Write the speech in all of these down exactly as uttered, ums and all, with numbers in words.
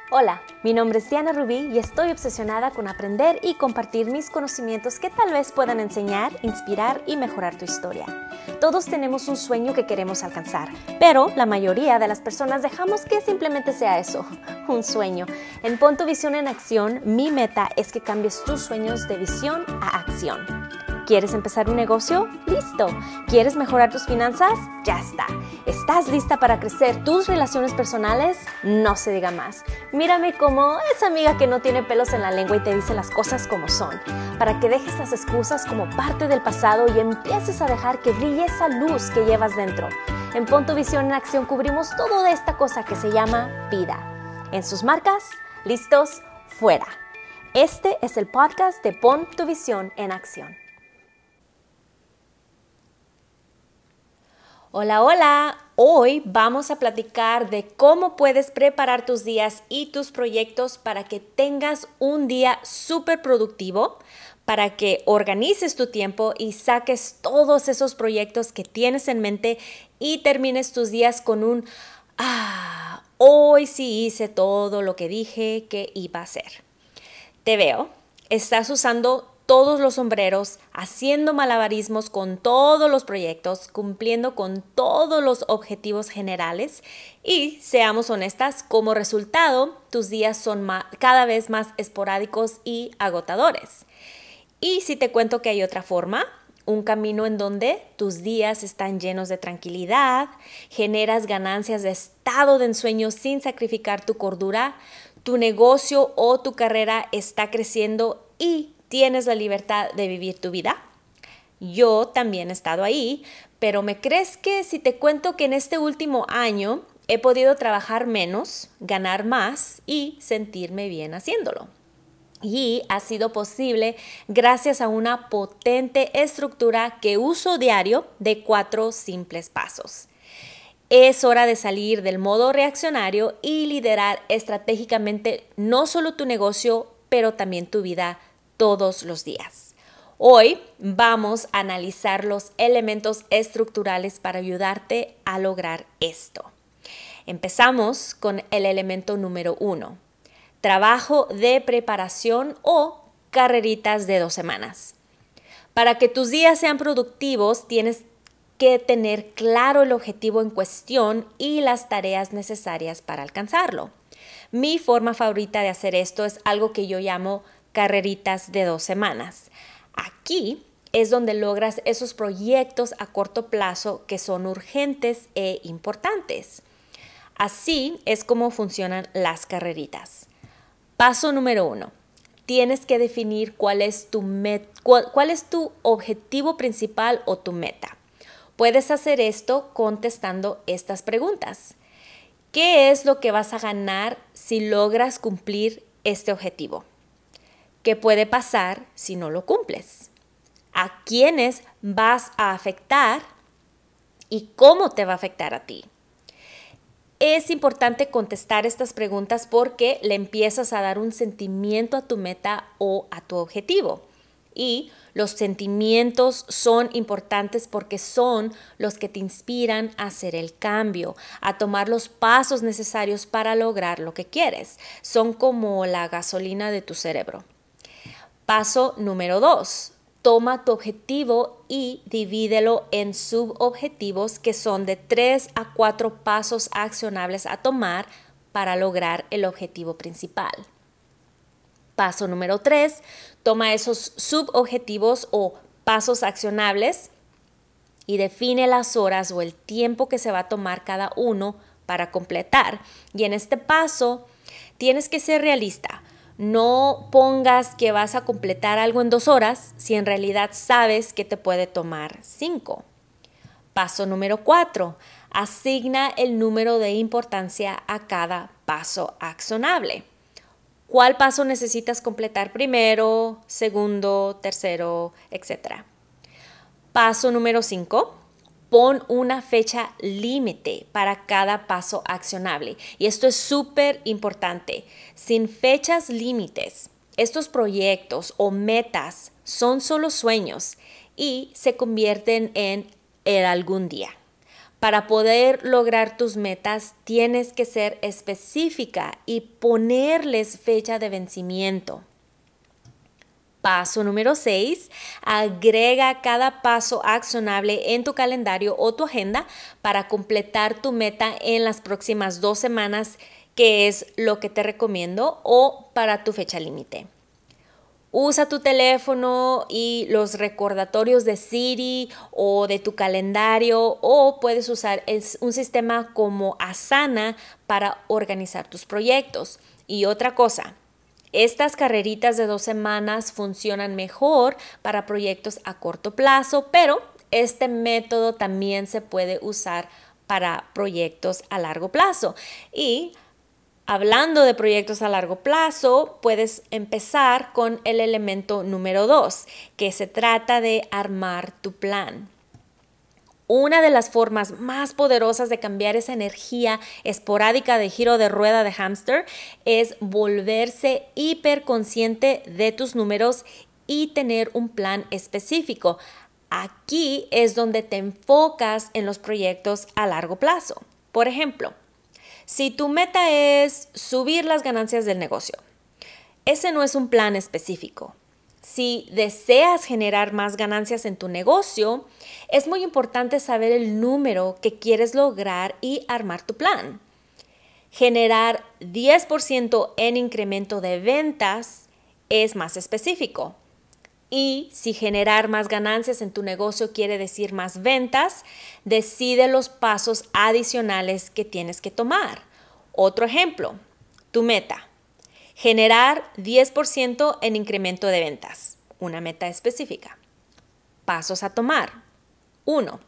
Hola, mi nombre es Diana Rubí y estoy obsesionada con aprender y compartir mis conocimientos que tal vez puedan enseñar, inspirar y mejorar tu historia. Todos tenemos un sueño que queremos alcanzar, pero la mayoría de las personas dejamos que simplemente sea eso, un sueño. En Pon tu Visión en Acción, mi meta es que cambies tus sueños de visión a acción. ¿Quieres empezar un negocio? ¡Listo! ¿Quieres mejorar tus finanzas? ¡Ya está! ¿Estás lista para crecer tus relaciones personales? No se diga más. Mírame como esa amiga que no tiene pelos en la lengua y te dice las cosas como son, para que dejes las excusas como parte del pasado y empieces a dejar que brille esa luz que llevas dentro. En Pon tu Visión en Acción cubrimos todo de esta cosa que se llama vida. En sus marcas, listos, fuera. Este es el podcast de Pon tu Visión en Acción. Hola, hola. Hoy vamos a platicar de cómo puedes preparar tus días y tus proyectos para que tengas un día súper productivo, para que organices tu tiempo y saques todos esos proyectos que tienes en mente y termines tus días con un ah, hoy sí hice todo lo que dije que iba a hacer. Te veo, estás usando todos los sombreros, haciendo malabarismos con todos los proyectos, cumpliendo con todos los objetivos generales y, seamos honestas, como resultado, tus días son más, cada vez más esporádicos y agotadores. Y si te cuento que hay otra forma, un camino en donde tus días están llenos de tranquilidad, generas ganancias de estado de ensueño sin sacrificar tu cordura, tu negocio o tu carrera está creciendo y tienes la libertad de vivir tu vida. Yo también he estado ahí, pero ¿me crees que si te cuento que en este último año he podido trabajar menos, ganar más y sentirme bien haciéndolo? Y ha sido posible gracias a una potente estructura que uso diario de cuatro simples pasos. Es hora de salir del modo reaccionario y liderar estratégicamente no solo tu negocio, pero también tu vida todos los días. Hoy vamos a analizar los elementos estructurales para ayudarte a lograr esto. Empezamos con el elemento número uno, trabajo de preparación o carreritas de dos semanas. Para que tus días sean productivos, tienes que tener claro el objetivo en cuestión y las tareas necesarias para alcanzarlo. Mi forma favorita de hacer esto es algo que yo llamo carreritas de dos semanas. Aquí es donde logras esos proyectos a corto plazo que son urgentes e importantes. Así es como funcionan las carreritas. Paso número uno. Tienes que definir cuál es tu met- cuál, cuál es tu objetivo principal o tu meta. Puedes hacer esto contestando estas preguntas. ¿Qué es lo que vas a ganar si logras cumplir este objetivo? ¿Qué puede pasar si no lo cumples? ¿A quiénes vas a afectar y cómo te va a afectar a ti? Es importante contestar estas preguntas porque le empiezas a dar un sentimiento a tu meta o a tu objetivo. Y los sentimientos son importantes porque son los que te inspiran a hacer el cambio, a tomar los pasos necesarios para lograr lo que quieres. Son como la gasolina de tu cerebro. Paso número dos. Toma tu objetivo y divídelo en subobjetivos que son de tres a cuatro pasos accionables a tomar para lograr el objetivo principal. Paso número tres. Toma esos subobjetivos o pasos accionables y define las horas o el tiempo que se va a tomar cada uno para completar. Y en este paso tienes que ser realista. No pongas que vas a completar algo en dos horas si en realidad sabes que te puede tomar cinco. Paso número cuatro. Asigna el número de importancia a cada paso accionable. ¿Cuál paso necesitas completar primero, segundo, tercero, etcétera? Paso número cinco. Pon una fecha límite para cada paso accionable. Y esto es súper importante. Sin fechas límites, estos proyectos o metas son solo sueños y se convierten en el algún día. Para poder lograr tus metas, tienes que ser específica y ponerles fecha de vencimiento. Paso número seis, agrega cada paso accionable en tu calendario o tu agenda para completar tu meta en las próximas dos semanas, que es lo que te recomiendo, o para tu fecha límite. Usa tu teléfono y los recordatorios de Siri o de tu calendario, o puedes usar un sistema como Asana para organizar tus proyectos. Y otra cosa, estas carreritas de dos semanas funcionan mejor para proyectos a corto plazo, pero este método también se puede usar para proyectos a largo plazo. Y hablando de proyectos a largo plazo, puedes empezar con el elemento número dos, que se trata de armar tu plan. Una de las formas más poderosas de cambiar esa energía esporádica de giro de rueda de hámster es volverse hiperconsciente de tus números y tener un plan específico. Aquí es donde te enfocas en los proyectos a largo plazo. Por ejemplo, si tu meta es subir las ganancias del negocio, ese no es un plan específico. Si deseas generar más ganancias en tu negocio, es muy importante saber el número que quieres lograr y armar tu plan. Generar diez por ciento en incremento de ventas es más específico. Y si generar más ganancias en tu negocio quiere decir más ventas, decide los pasos adicionales que tienes que tomar. Otro ejemplo, tu meta. Generar diez por ciento en incremento de ventas. Una meta específica. Pasos a tomar. uno.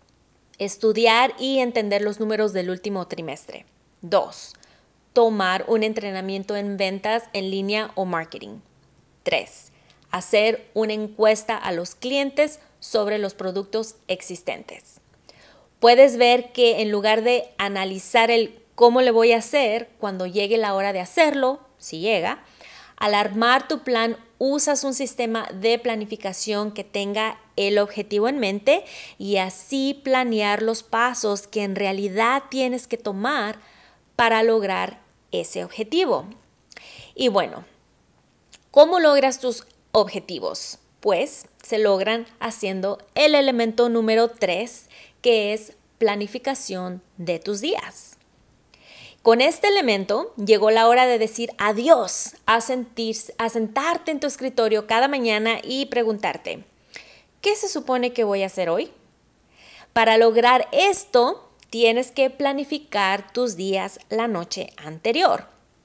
Estudiar y entender los números del último trimestre. dos. Tomar un entrenamiento en ventas en línea o marketing. tres. Hacer una encuesta a los clientes sobre los productos existentes. Puedes ver que en lugar de analizar el cómo le voy a hacer cuando llegue la hora de hacerlo, si llega, al armar tu plan usas un sistema de planificación que tenga el objetivo en mente y así planear los pasos que en realidad tienes que tomar para lograr ese objetivo. Y bueno, ¿cómo logras tus objetivos? Pues se logran haciendo el elemento número tres, que es planificación de tus días. Con este elemento llegó la hora de decir adiós, a, sentir, a sentarte en tu escritorio cada mañana y preguntarte, ¿qué se supone que voy a hacer hoy? Para lograr esto, tienes que planificar tus días la noche anterior.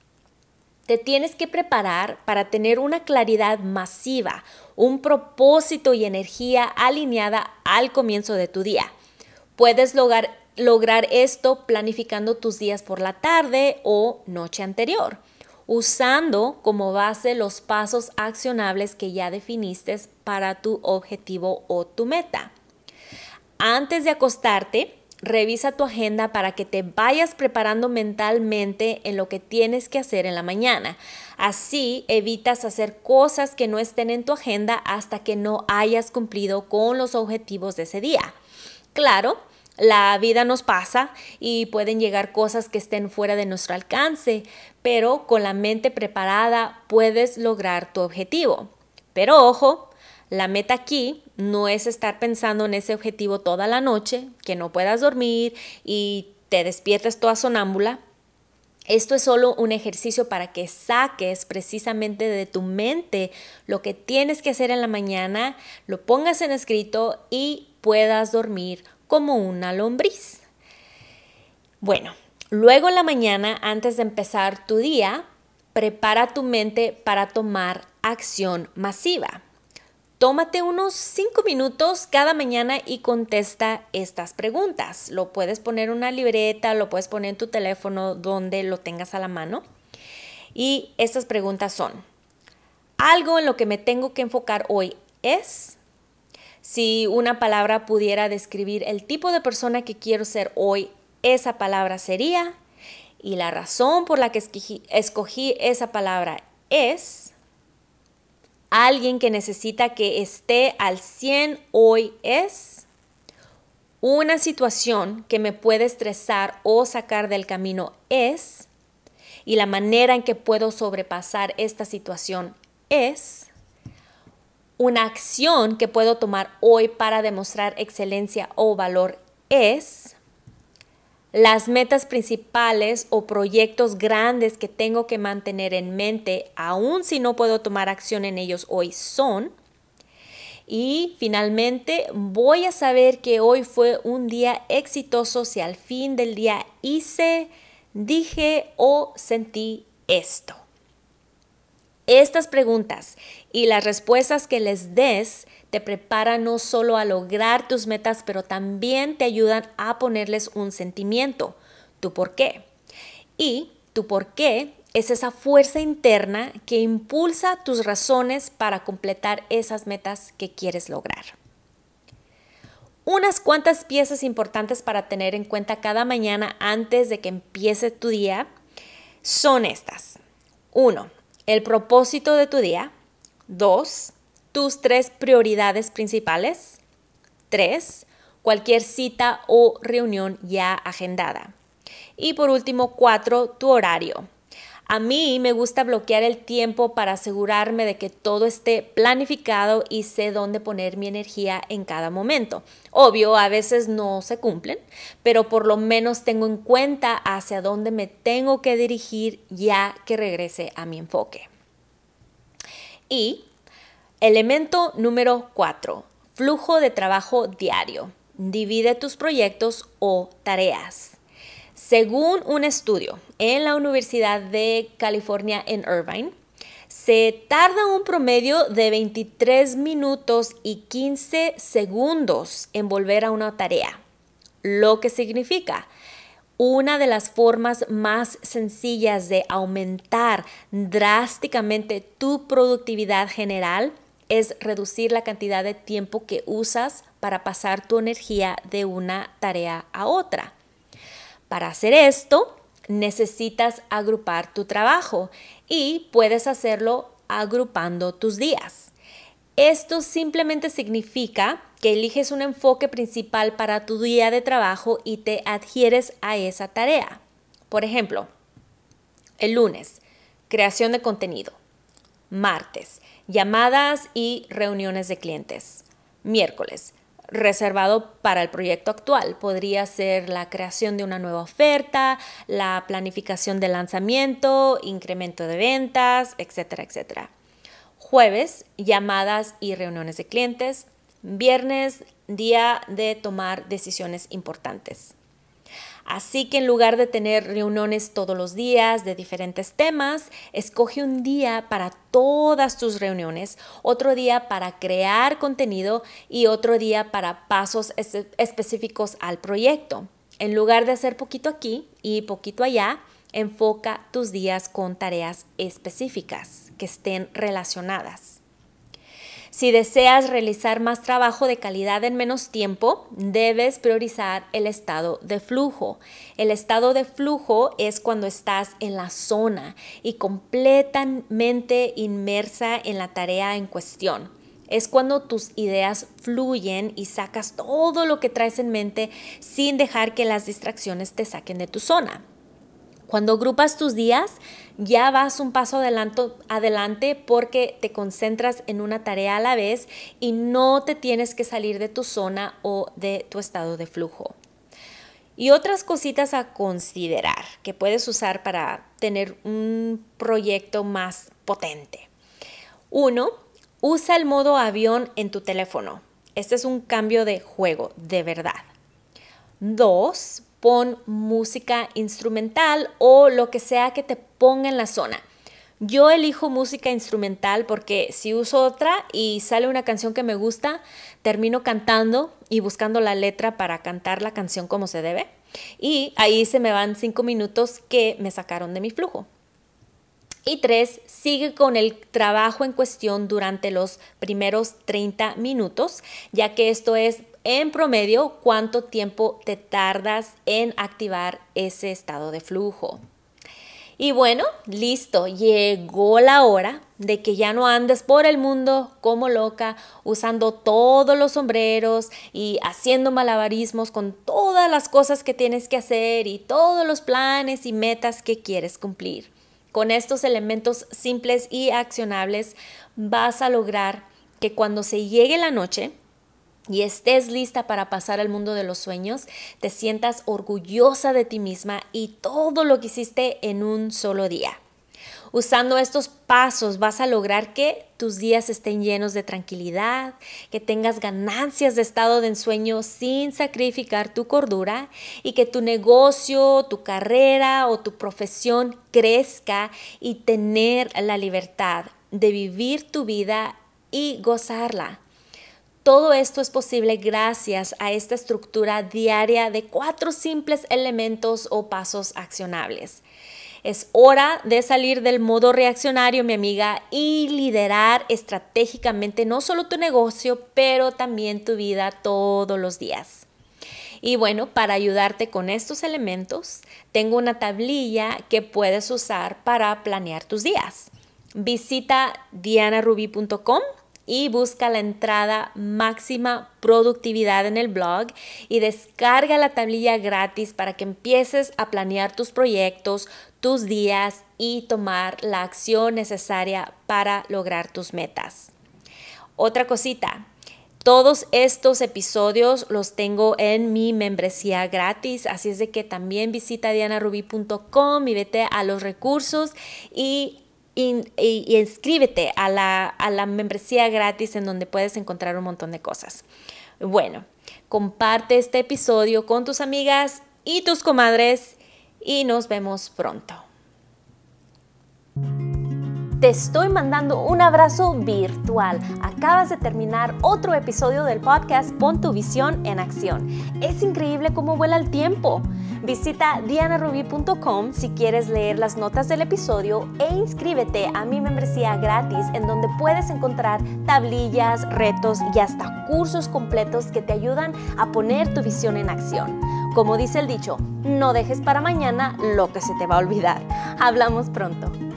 Te tienes que preparar para tener una claridad masiva, un propósito y energía alineada al comienzo de tu día. Puedes lograr, lograr esto planificando tus días por la tarde o noche anterior, usando como base los pasos accionables que ya definiste para tu objetivo o tu meta. Antes de acostarte, revisa tu agenda para que te vayas preparando mentalmente en lo que tienes que hacer en la mañana. Así evitas hacer cosas que no estén en tu agenda hasta que no hayas cumplido con los objetivos de ese día. Claro, la vida nos pasa y pueden llegar cosas que estén fuera de nuestro alcance, pero con la mente preparada puedes lograr tu objetivo. Pero ojo, la meta aquí no es estar pensando en ese objetivo toda la noche, que no puedas dormir y te despiertes toda sonámbula. Esto es solo un ejercicio para que saques precisamente de tu mente lo que tienes que hacer en la mañana, lo pongas en escrito y puedas dormir como una lombriz. Bueno, luego en la mañana, antes de empezar tu día, prepara tu mente para tomar acción masiva. Tómate unos cinco minutos cada mañana y contesta estas preguntas. Lo puedes poner en una libreta, lo puedes poner en tu teléfono donde lo tengas a la mano. Y estas preguntas son, ¿algo en lo que me tengo que enfocar hoy es? Si una palabra pudiera describir el tipo de persona que quiero ser hoy, esa palabra sería. Y la razón por la que escogí, escogí esa palabra es. Alguien que necesita que esté al cien hoy es. Una situación que me puede estresar o sacar del camino es, y la manera en que puedo sobrepasar esta situación es, una acción que puedo tomar hoy para demostrar excelencia o valor es, las metas principales o proyectos grandes que tengo que mantener en mente, aun si no puedo tomar acción en ellos hoy, son. Y finalmente, voy a saber que hoy fue un día exitoso si al fin del día hice, dije o sentí esto. Estas preguntas y las respuestas que les des te preparan no solo a lograr tus metas, pero también te ayudan a ponerles un sentimiento, tu por qué. Y tu por qué es esa fuerza interna que impulsa tus razones para completar esas metas que quieres lograr. Unas cuantas piezas importantes para tener en cuenta cada mañana antes de que empiece tu día son estas. Uno, el propósito de tu día. Dos, tus tres prioridades principales. Tres, cualquier cita o reunión ya agendada. Y por último, cuatro, tu horario. A mí me gusta bloquear el tiempo para asegurarme de que todo esté planificado y sé dónde poner mi energía en cada momento. Obvio, a veces no se cumplen, pero por lo menos tengo en cuenta hacia dónde me tengo que dirigir ya que regrese a mi enfoque. Y elemento número cuatro, flujo de trabajo diario. Divide tus proyectos o tareas. Según un estudio en la Universidad de California en Irvine, se tarda un promedio de veintitrés minutos y quince segundos en volver a una tarea, lo que significa una de las formas más sencillas de aumentar drásticamente tu productividad general es reducir la cantidad de tiempo que usas para pasar tu energía de una tarea a otra. Para hacer esto, necesitas agrupar tu trabajo y puedes hacerlo agrupando tus días. Esto simplemente significa que eliges un enfoque principal para tu día de trabajo y te adhieres a esa tarea. Por ejemplo, el lunes, creación de contenido. Martes, llamadas y reuniones de clientes. Miércoles, reservado para el proyecto actual. Podría ser la creación de una nueva oferta, la planificación de lanzamiento, incremento de ventas, etcétera, etcétera. Jueves, llamadas y reuniones de clientes. Viernes, día de tomar decisiones importantes. Así que en lugar de tener reuniones todos los días de diferentes temas, escoge un día para todas tus reuniones, otro día para crear contenido y otro día para pasos es- específicos al proyecto. En lugar de hacer poquito aquí y poquito allá, enfoca tus días con tareas específicas que estén relacionadas. Si deseas realizar más trabajo de calidad en menos tiempo, debes priorizar el estado de flujo. El estado de flujo es cuando estás en la zona y completamente inmersa en la tarea en cuestión. Es cuando tus ideas fluyen y sacas todo lo que traes en mente sin dejar que las distracciones te saquen de tu zona. Cuando agrupas tus días, ya vas un paso adelante porque te concentras en una tarea a la vez y no te tienes que salir de tu zona o de tu estado de flujo. Y otras cositas a considerar que puedes usar para tener un proyecto más potente. Uno, usa el modo avión en tu teléfono. Este es un cambio de juego, de verdad. Dos, pon música instrumental o lo que sea que te ponga en la zona. Yo elijo música instrumental porque si uso otra y sale una canción que me gusta, termino cantando y buscando la letra para cantar la canción como se debe. Y ahí se me van cinco minutos que me sacaron de mi flujo. Y tres, sigue con el trabajo en cuestión durante los primeros treinta minutos, ya que esto es en promedio cuánto tiempo te tardas en activar ese estado de flujo. Y bueno, listo, llegó la hora de que ya no andes por el mundo como loca usando todos los sombreros y haciendo malabarismos con todas las cosas que tienes que hacer y todos los planes y metas que quieres cumplir. Con estos elementos simples y accionables vas a lograr que cuando se llegue la noche y estés lista para pasar al mundo de los sueños, te sientas orgullosa de ti misma y todo lo que hiciste en un solo día. Usando estos pasos vas a lograr que tus días estén llenos de tranquilidad, que tengas ganancias de estado de ensueño sin sacrificar tu cordura y que tu negocio, tu carrera o tu profesión crezca y tener la libertad de vivir tu vida y gozarla. Todo esto es posible gracias a esta estructura diaria de cuatro simples elementos o pasos accionables. Es hora de salir del modo reaccionario, mi amiga, y liderar estratégicamente no solo tu negocio, pero también tu vida todos los días. Y bueno, para ayudarte con estos elementos, tengo una tablilla que puedes usar para planear tus días. Visita diana rubí punto com y busca la entrada máxima productividad en el blog y descarga la tablilla gratis para que empieces a planear tus proyectos, tus días y tomar la acción necesaria para lograr tus metas. Otra cosita, todos estos episodios los tengo en mi membresía gratis, así es de que también visita diana rubí punto com y vete a los recursos y Y, y, y inscríbete a la, a la membresía gratis en donde puedes encontrar un montón de cosas. Bueno, comparte este episodio con tus amigas y tus comadres y nos vemos pronto. Te estoy mandando un abrazo virtual. Acabas de terminar otro episodio del podcast Pon tu visión en acción. Es increíble cómo vuela el tiempo. Visita diana rubí punto com si quieres leer las notas del episodio e inscríbete a mi membresía gratis en donde puedes encontrar tablillas, retos y hasta cursos completos que te ayudan a poner tu visión en acción. Como dice el dicho, no dejes para mañana lo que se te va a olvidar. Hablamos pronto.